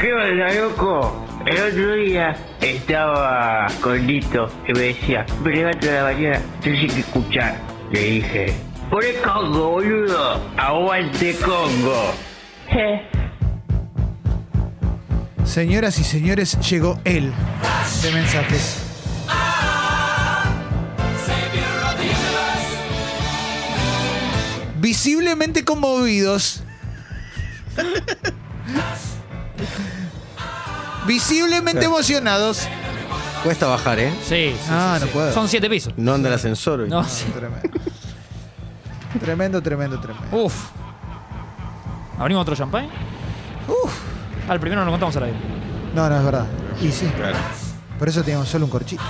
¿Qué onda, loco? El otro día estaba con Lito y me decía, me levanto de la mañana, tienes que escuchar. Le dije, poné Congo, boludo. Aguante Congo. Señoras y señores, llegó él de mensajes. Visiblemente conmovidos. Visiblemente emocionados. Cuesta bajar, ¿eh? Sí. No puedo. Son 7 pisos. No anda el ascensor hoy. No, sí. Tremendo. Uf. ¿Abrimos otro champagne? Al primero no lo contamos al aire. No, es verdad. Y sí. Claro. Por eso teníamos solo un corchito.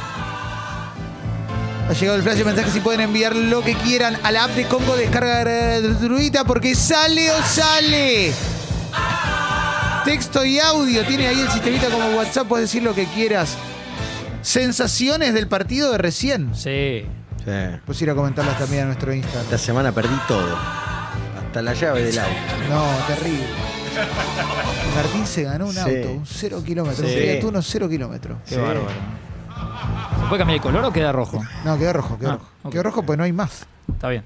Ha llegado el flash de mensajes y pueden enviar lo que quieran a la app de Congo. Descarga gratuita porque sale o sale. Texto y audio. Tiene ahí el sistemita como WhatsApp. Puedes decir lo que quieras. Sensaciones del partido de recién. Sí. Sí. Puedes ir a comentarlas también a nuestro Instagram. Esta semana perdí todo. Hasta la llave del auto. No, terrible. Martín se ganó un Sí. auto, un 0 kilómetros. Sí. Un Fiat Uno 0 kilómetros. Qué bárbaro. ¿Se puede cambiar el color o queda rojo? No, quedó rojo, quedó rojo. Ok. Quedó rojo pues no hay más. Está bien.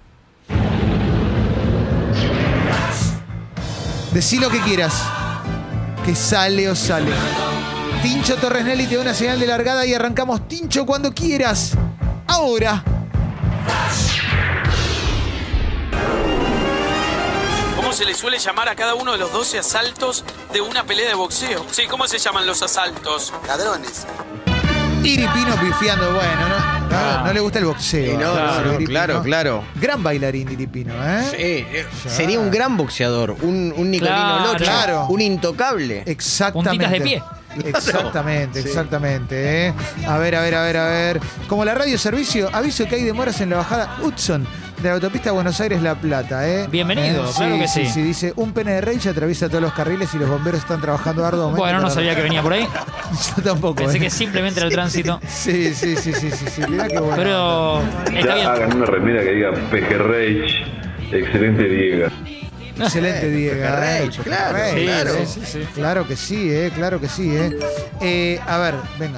Decí lo que quieras. Que sale o sale. Tincho Torres Nelly te da una señal de largada y arrancamos. Tincho, cuando quieras. Ahora. ¿Cómo se le suele llamar a cada uno de los 12 asaltos de una pelea de boxeo? Sí, ¿cómo se llaman los asaltos? Ladrones. Iripino pifiando. Bueno, no le gusta el boxeo. Sí, Iripino. claro. Gran bailarín Iripino, ¿eh? Sí, sería un gran boxeador, un Nicolino Claro. Locho, Claro. un intocable. Exactamente. Puntitas de pie. Exactamente, Sí. exactamente. A ver. Como la radio servicio, aviso que hay demoras en la bajada Hudson de la autopista Buenos Aires-La Plata. Bienvenido, claro que sí. Sí, dice, un pene de Rage atraviesa todos los carriles y los bomberos están trabajando arduamente. Bueno, no sabía que venía por ahí. Yo tampoco. Pensé que simplemente era el tránsito. Sí. Mirá qué bueno. Pero está bien. Hagan una remera que diga Pejerreich, excelente Diego. Excelente, Diego. Rage, claro, claro. Sí. Claro que sí. A ver, venga.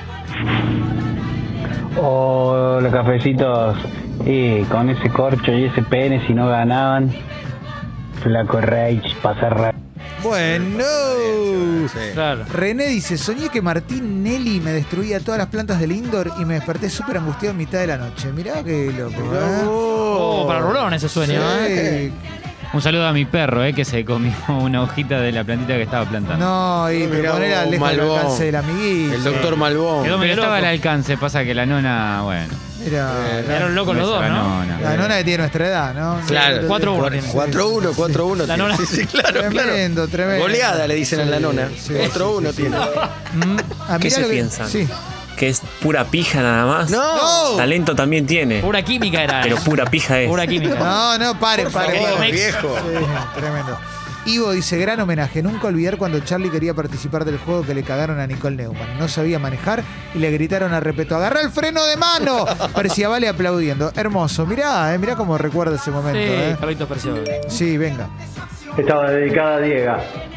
Hola, cafecitos. Con ese corcho y ese pene, si no ganaban, flaco Rage, pasar Bueno. Claro. René dice, soñé que Martín Nelly me destruía todas las plantas del indoor y me desperté súper angustiado en mitad de la noche. Mirá qué loco, ¿eh? Oh, para Rolón ese sueño. Sí. Un saludo a mi perro, que se comió una hojita de la plantita que estaba plantando. No, y Mirá ponerla vos, lejos del Malbón. alcance del amiguito. El doctor Malbón. Quedó Pero medio estaba al loco. alcance, pasa que la nona, bueno. Mira, Quedaron locos los dos, la ¿no? nona. la nona que tiene nuestra edad, ¿no? Claro. 4-1 tiene. 4-1. La nona. Sí, claro. Tremendo. Goleada le dicen a la nona. Sí, 4-1 sí. tiene. ¿Qué se piensan? Sí. Que es pura pija nada más. ¡No! Talento también tiene, Pura química era. pero pura pija es. Pura química. No, pare. favor, Mex. viejo. Sí, tremendo. Ivo dice, gran homenaje. Nunca olvidar cuando Charlie quería participar del juego que le cagaron a Nicole Neumann. No sabía manejar y le gritaron a Repeto, ¡agarrá el freno de mano! Parecía Vale aplaudiendo. Hermoso. Mirá cómo recuerda ese momento. Sí, Carlitos Perciò. Sí, venga. Estaba dedicada a Diego.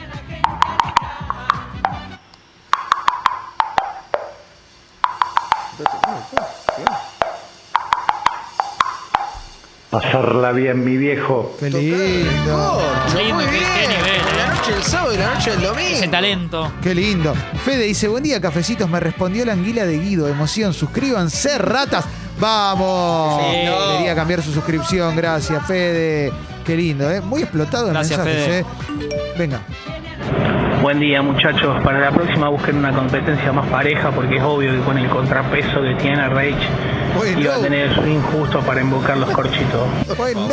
Pasarla bien, mi viejo. Qué lindo. Lindo, Muy qué bien. nivel, La noche del sábado y la noche del domingo. Ese talento. Qué lindo. Fede dice, buen día, cafecitos. Me respondió la anguila de Guido. Emoción. Suscríbanse, ratas. ¡Vamos! Sí. Quería cambiar su suscripción. Gracias, Fede. Qué lindo, ¿eh? Muy explotado en Gracias, mensajes, Fede. ¿eh? Venga. Buen día, muchachos. Para la próxima busquen una competencia más pareja porque es obvio que con el contrapeso que tiene Rage Bueno. iba a tener el swing justo para invocar los corchitos. Bueno.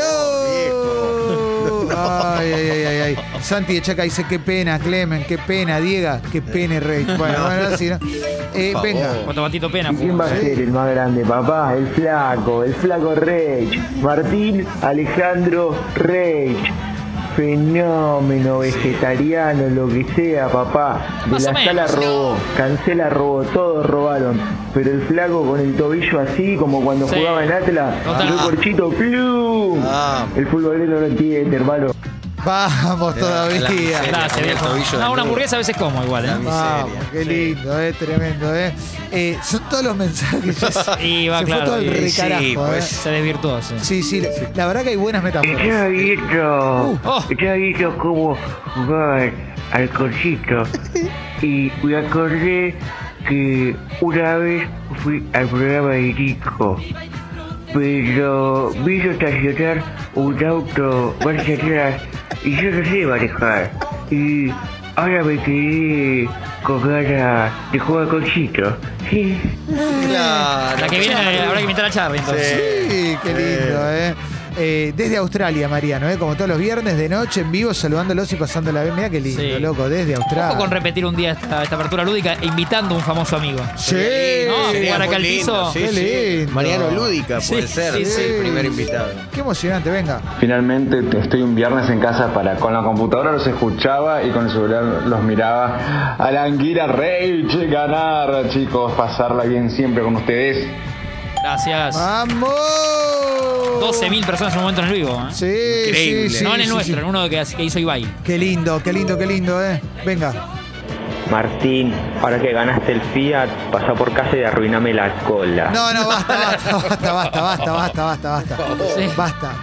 Ay. Santi de Chaca dice, qué pena, Clemen, qué pena, Diego, qué pena, Rey. Bueno, así, ¿no? Venga. Cuánto batito pena. ¿Quién va a ser el más grande, papá? El flaco Rage. Martín Alejandro Rage. Fenómeno, vegetariano, lo que sea, papá. De Más o la sala menos. robó, Cancela robó, todos robaron. Pero el flaco con el tobillo así, como cuando Sí. jugaba en Atlas, Total. el corchito, ¡plum! Ah. El futbolero no entiende, hermano. Vamos todavía. Gracias, viejo. No, una hamburguesa a veces como igual, ¿eh? Vamos, qué lindo, tremendo, son todos los mensajes. Y va, se claro. fue todo el recarajo, pues. Se desvirtuó, sí. Sí, la verdad que hay buenas metáforas. Estaba viendo cómo jugaban al concito y me acordé que una vez fui al programa de Nico, pero me hizo estacionar un auto marcha atrás y yo no sé manejar. Y ahora me quedé con ganas de jugar con Chito. Sí. Claro. La que viene, habrá que invitar a Charlie, entonces. Sí, qué lindo, desde Australia, Mariano, como todos los viernes de noche en vivo, saludándolos y pasándola bien. Mirá qué lindo, Sí. loco, desde Australia. Ojo con repetir un día esta apertura lúdica invitando a un famoso amigo. Sí, ¿no? Sería Jugar acá al muy lindo, piso. sí, Qué sí. lindo. Mariano Lúdica puede ser el primer invitado. Qué emocionante, venga. Finalmente estoy un viernes en casa con la computadora los escuchaba y con el celular los miraba. A la Anguila Rage, ganar, chicos, pasarla bien siempre con ustedes. Gracias. ¡Vamos! 12.000 personas en un momento en el vivo. Sí, Increíble. sí, No en el sí, nuestro, sí. en uno que hizo Ibai. Qué lindo, Venga. Martín, ahora que ganaste el Fiat, pasa por casa y arruiname la cola. No, basta. Sí. Basta,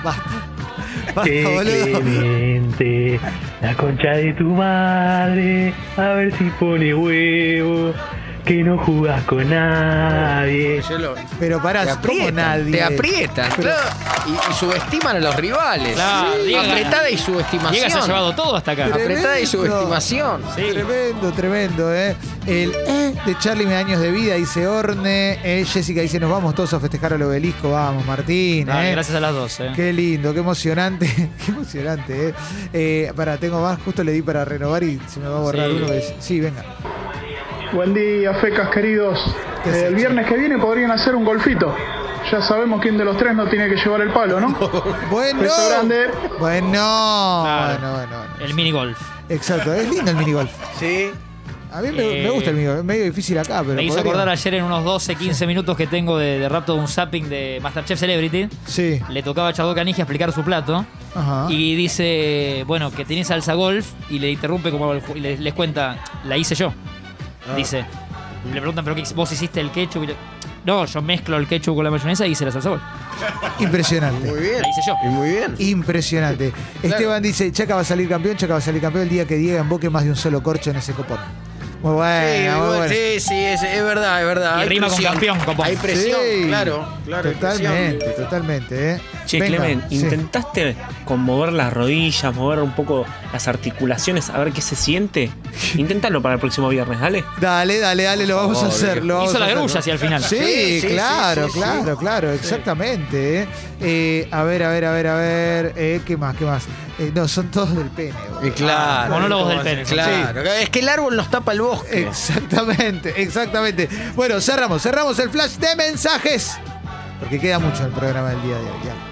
boludo. Clemente, la concha de tu madre, a ver si pone huevo, que no jugás con nadie. Pero pará, ¿cómo nadie? Te aprietan, Pero- claro, y subestiman a los rivales. Claro, Sí. Diego Apretada y subestimación. Diego se ha llevado todo hasta acá. Apretada y Tremendo. subestimación. Sí. Tremendo, El de Charlie me da años de vida, dice Orne. Jessica dice, nos vamos todos a festejar al obelisco. Vamos, Martín. Gracias a las dos. Qué lindo, qué emocionante. Qué emocionante, tengo más, justo le di para renovar y se me va a borrar Sí. uno. Sí, venga. Buen día, fecas queridos. ¿Qué haces, El viernes que viene podrían hacer un golfito. Ya sabemos quién de los tres no tiene que llevar el palo, ¿no? Bueno. Beso grande. Bueno. Claro. El mini golf. Exacto, es lindo el minigolf. Sí. A mí me gusta el minigolf, es medio difícil acá, pero Me hizo podría. acordar ayer en unos 12-15 minutos que tengo de rapto de un zapping de Masterchef Celebrity. Sí. Le tocaba a Chado Canija explicar su plato. Ajá. Y dice, bueno, que tiene salsa golf y le interrumpe como y les cuenta, la hice yo. Dice, le preguntan, ¿pero qué, vos hiciste el ketchup? No, yo mezclo el ketchup con la mayonesa y hice la salsa golf. Impresionante. Muy bien. La hice yo. Y muy bien. Impresionante. Esteban dice, Chaca va a salir campeón el día que Diego emboque más de un solo corcho en ese copón. Muy bueno, muy bueno. Sí, es verdad. Y Hay rima con presión. campeón, copón. Hay presión, Sí. claro. hay presión. Totalmente. Che, Venga, Clemen, sí. ¿intentaste conmover las rodillas, mover un poco las articulaciones, a ver qué se siente? Inténtalo para el próximo viernes, dale. Dale, lo vamos a hacer. Hizo la grulla hacia el final. Sí, Sí, claro, sí. claro, exactamente. A ver, ¿qué más? No, son todos del pene. boludo. Y claro. Monólogos del pene. Claro. Es que el árbol nos tapa el bosque. Exactamente. Bueno, cerramos el flash de mensajes. Porque queda mucho en el programa del día de hoy. Ya.